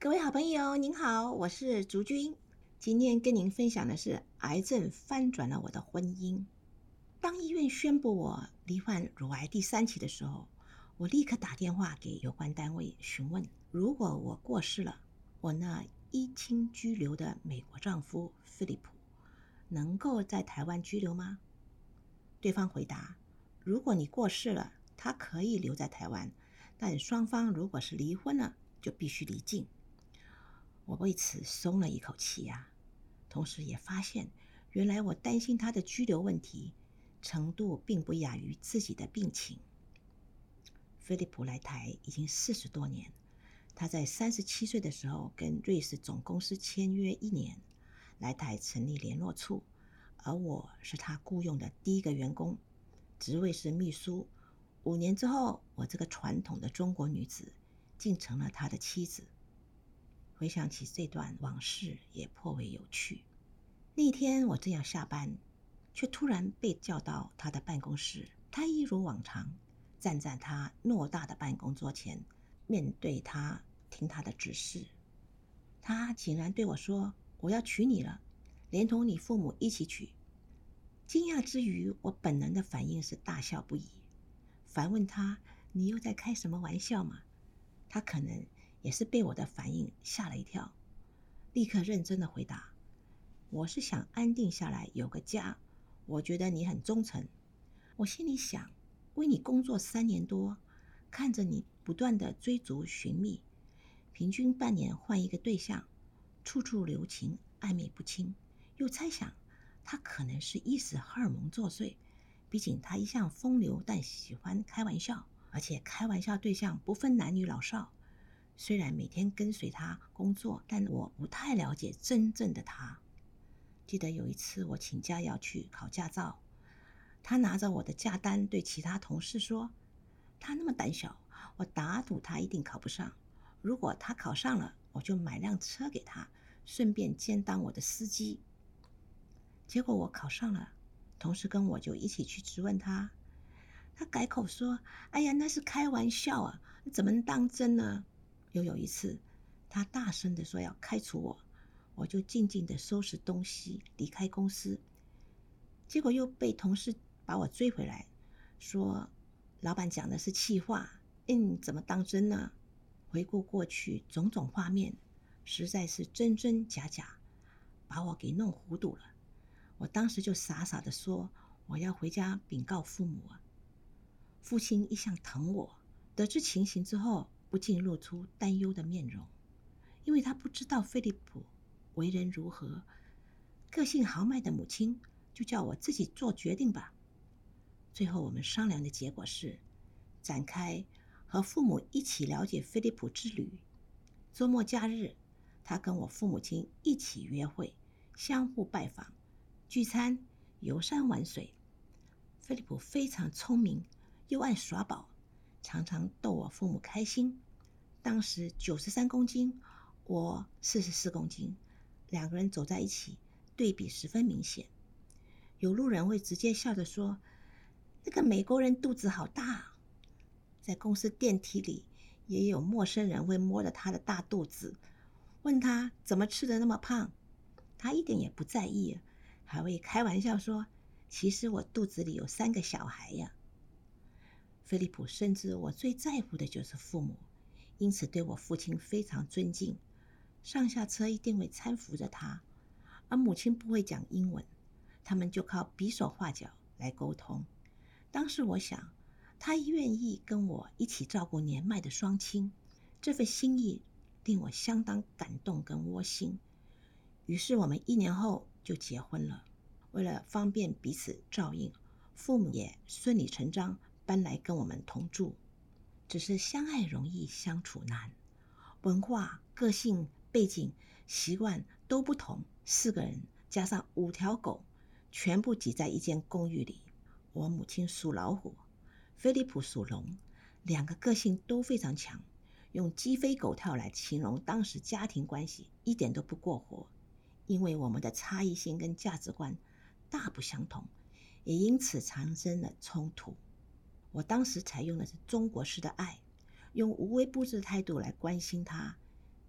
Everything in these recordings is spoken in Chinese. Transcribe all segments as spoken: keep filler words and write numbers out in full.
各位好朋友，您好，我是竹君。今天跟您分享的是癌症翻转了我的婚姻。当医院宣布我罹患乳癌第三期的时候，我立刻打电话给有关单位询问，如果我过世了，我那一亲居留的美国丈夫菲利普能够在台湾居留吗？对方回答，如果你过世了，他可以留在台湾，但双方如果是离婚了，就必须离境。我为此松了一口气呀、啊，同时也发现，原来我担心他的居留问题程度并不亚于自己的病情。菲利普来台已经四十多年，他在三十七岁的时候跟瑞士总公司签约一年，来台成立联络处，而我是他雇佣的第一个员工，职位是秘书。五年之后，我这个传统的中国女子竟成了他的妻子。回想起这段往事也颇为有趣。那天我正要下班，却突然被叫到他的办公室。他一如往常站在他偌大的办公桌前，面对他听他的指示。他竟然对我说，我要娶你了，连同你父母一起娶。惊讶之余，我本能的反应是大笑不已，反问他，你又在开什么玩笑吗？他可能也是被我的反应吓了一跳，立刻认真的回答，我是想安定下来有个家，我觉得你很忠诚。我心里想，为你工作三年多，看着你不断的追逐寻觅，平均半年换一个对象，处处留情，暧昧不清，又猜想他可能是一时荷尔蒙作祟，毕竟他一向风流，但喜欢开玩笑，而且开玩笑对象不分男女老少。虽然每天跟随他工作，但我不太了解真正的他。记得有一次我请假要去考驾照，他拿着我的假单对其他同事说，他那么胆小，我打赌他一定考不上。如果他考上了，我就买辆车给他，顺便兼当我的司机。结果我考上了，同事跟我就一起去质问他，他改口说，哎呀，那是开玩笑啊，怎么能当真呢？又有一次，他大声地说要开除我，我就静静地收拾东西离开公司。结果又被同事把我追回来，说老板讲的是气话，嗯，怎么当真呢？回顾过去种种画面，实在是真真假假，把我给弄糊涂了。我当时就傻傻地说，我要回家禀告父母啊。父亲一向疼我，得知情形之后，不禁露出担忧的面容，因为他不知道菲利普为人如何。个性豪迈的母亲就叫我自己做决定吧。最后我们商量的结果是，展开和父母一起了解菲利普之旅。周末假日，他跟我父母亲一起约会，相互拜访，聚餐，游山玩水。菲利普非常聪明，又爱耍宝，常常逗我父母开心。当时九十三公斤，我四十四公斤，两个人走在一起，对比十分明显。有路人会直接笑着说，那个美国人肚子好大。在公司电梯里，也有陌生人会摸着他的大肚子，问他怎么吃得那么胖。他一点也不在意，还会开玩笑说，其实我肚子里有三个小孩呀。菲利普深知我最在乎的就是父母，因此对我父亲非常尊敬，上下车一定会搀扶着他。而母亲不会讲英文，他们就靠比手画脚来沟通。当时我想，他愿意跟我一起照顾年迈的双亲，这份心意令我相当感动跟窝心。于是我们一年后就结婚了。为了方便彼此照应，父母也顺理成章搬来跟我们同住。只是相爱容易相处难，文化、个性、背景、习惯都不同，四个人加上五条狗，全部挤在一间公寓里。我母亲属老虎，菲利普属龙，两个个性都非常强，用鸡飞狗跳来形容当时家庭关系一点都不过火。因为我们的差异性跟价值观大不相同，也因此产生了冲突。我当时采用的是中国式的爱，用无微不至的态度来关心他，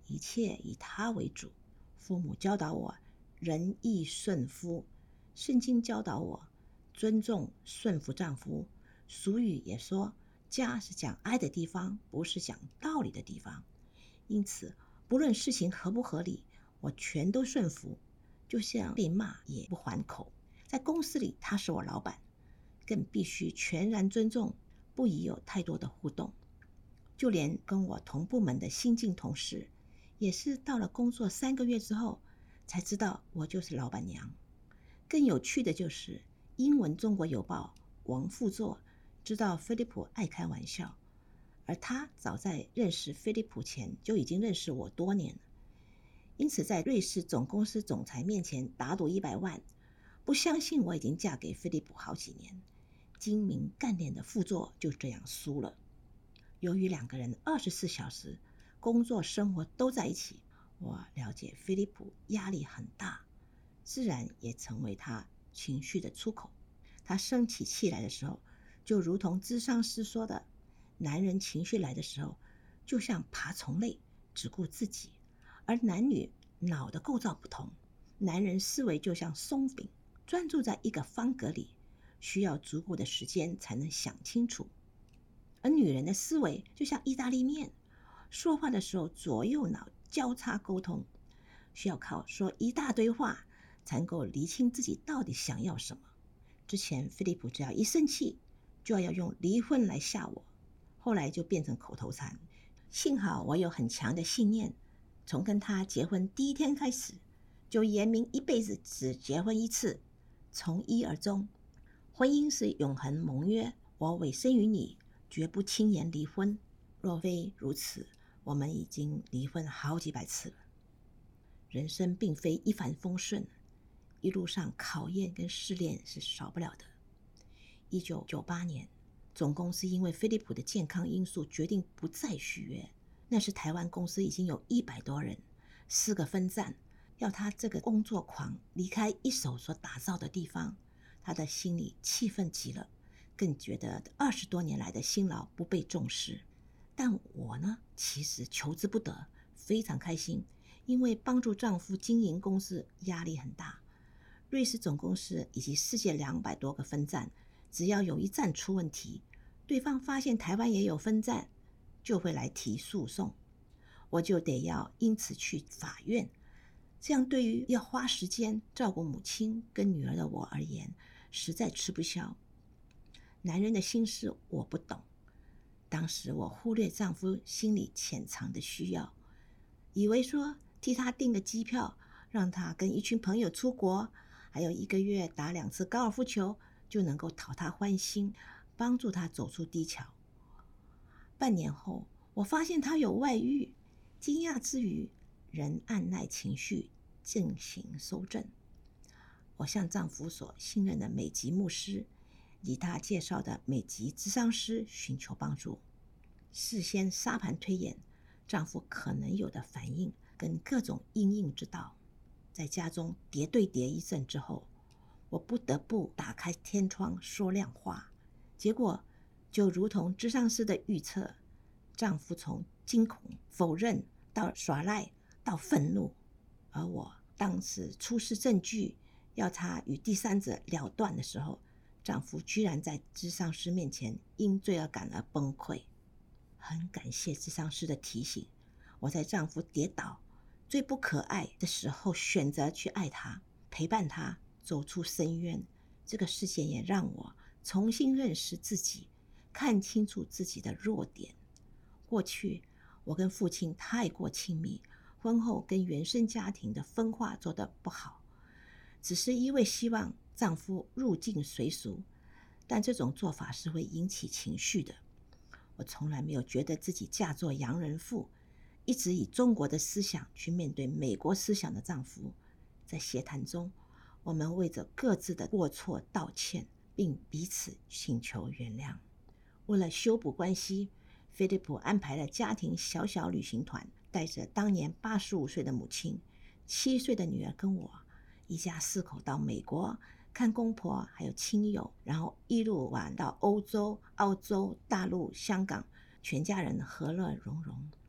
一切以他为主。父母教导我仁义顺夫，圣经教导我尊重顺服丈夫，俗语也说家是讲爱的地方，不是讲道理的地方。因此不论事情合不合理，我全都顺服，就像被骂也不还口。在公司里他是我老板，更必须全然尊重，不宜有太多的互动。就连跟我同部门的新进同事，也是到了工作三个月之后才知道我就是老板娘。更有趣的就是英文中国邮报王副座知道菲利普爱开玩笑，而他早在认识菲利普前就已经认识我多年了，因此在瑞士总公司总裁面前打赌一百万，不相信我已经嫁给菲利普好几年。精明干练的副座就这样输了。由于两个人二十四小时工作生活都在一起，我了解菲利普压力很大，自然也成为他情绪的出口。他生起气来的时候，就如同咨商师说的，男人情绪来的时候就像爬虫类，只顾自己，而男女脑的构造不同，男人思维就像松饼，专注在一个方格里，需要足够的时间才能想清楚。而女人的思维就像意大利面，说话的时候左右脑交叉沟通，需要靠说一大堆话才能够厘清自己到底想要什么。之前菲利普只要一生气就要用离婚来吓我，后来就变成口头禅。幸好我有很强的信念，从跟他结婚第一天开始就言明一辈子只结婚一次，从一而终。婚姻是永恒盟约，我委身于你，绝不轻言离婚。若非如此，我们已经离婚好几百次了。人生并非一帆风顺，一路上考验跟试炼是少不了的。一九九八年，总公司因为菲利普的健康因素决定不再续约。那时台湾公司已经有一百多人，四个分站，要他这个工作狂离开一手所打造的地方，他的心里气愤极了，更觉得二十多年来的辛劳不被重视。但我呢，其实求之不得，非常开心，因为帮助丈夫经营公司压力很大。瑞士总公司以及世界两百多个分站，只要有一站出问题，对方发现台湾也有分站，就会来提诉讼，我就得要因此去法院。这样对于要花时间照顾母亲跟女儿的我而言，实在吃不消。男人的心事我不懂，当时我忽略丈夫心里潜藏的需要，以为说替他订个机票，让他跟一群朋友出国，还有一个月打两次高尔夫球，就能够讨他欢心，帮助他走出低潮。半年后，我发现他有外遇，惊讶之余，仍按耐情绪，进行搜证。我向丈夫所信任的美籍牧师以他介绍的美籍咨商师寻求帮助，事先沙盘推演丈夫可能有的反应跟各种因应之道。在家中叠对叠一阵之后，我不得不打开天窗说亮话，结果就如同咨商师的预测，丈夫从惊恐否认到耍赖到愤怒，而我当时出示证据要他与第三者了断的时候，丈夫居然在咨商师面前因罪恶感而崩溃。很感谢咨商师的提醒，我在丈夫跌倒最不可爱的时候选择去爱他，陪伴他走出深渊。这个事件也让我重新认识自己，看清楚自己的弱点。过去我跟父亲太过亲密，婚后跟原生家庭的分化做得不好，只是因为希望丈夫入境随俗，但这种做法是会引起情绪的。我从来没有觉得自己嫁作洋人妇，一直以中国的思想去面对美国思想的丈夫。在协谈中，我们为着各自的过错道歉，并彼此请求原谅。为了修补关系，菲利普安排了家庭小小旅行团，带着当年八十五岁的母亲、七岁的女儿跟我，一家四口到美国看公婆还有亲友，然后一路玩到欧洲、澳洲、大陆、香港，全家人和乐融融。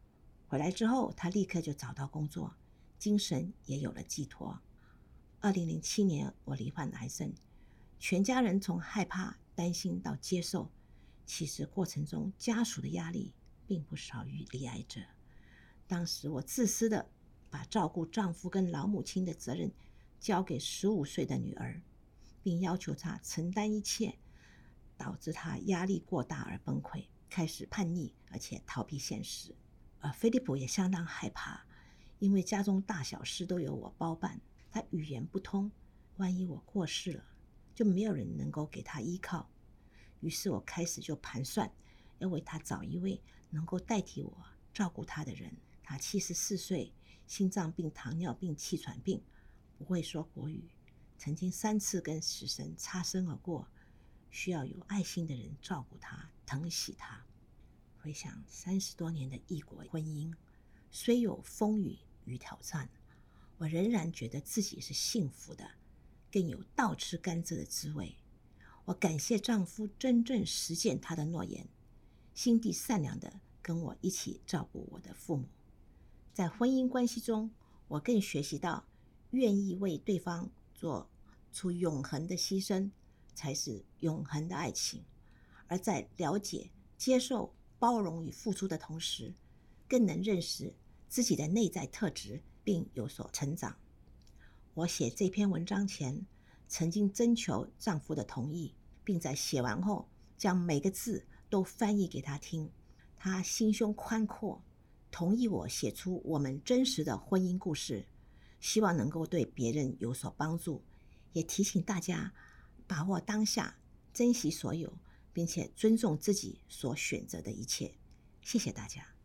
回来之后，他立刻就找到工作，精神也有了寄托。二零零七年，我罹患癌症，全家人从害怕、担心到接受，其实过程中家属的压力并不少于罹癌者。当时我自私的把照顾丈夫跟老母亲的责任交给十五岁的女儿，并要求她承担一切，导致她压力过大而崩溃，开始叛逆，而且逃避现实。而菲利普也相当害怕，因为家中大小事都由我包办，他语言不通，万一我过世了，就没有人能够给他依靠。于是我开始就盘算，要为他找一位能够代替我照顾他的人。他七十四岁，心脏病、糖尿病、气喘病，不会说国语，曾经三次跟死神擦身而过，需要有爱心的人照顾他、疼惜他。回想三十多年的异国婚姻，虽有风雨与挑战，我仍然觉得自己是幸福的，更有倒吃甘蔗的滋味。我感谢丈夫真正实践他的诺言，心地善良的跟我一起照顾我的父母。在婚姻关系中，我更学习到愿意为对方做出永恒的牺牲，才是永恒的爱情。而在了解、接受、包容与付出的同时，更能认识自己的内在特质，并有所成长。我写这篇文章前，曾经征求丈夫的同意，并在写完后将每个字都翻译给他听。他心胸宽阔，同意我写出我们真实的婚姻故事，希望能够对别人有所帮助，也提醒大家把握当下，珍惜所有，并且尊重自己所选择的一切。谢谢大家。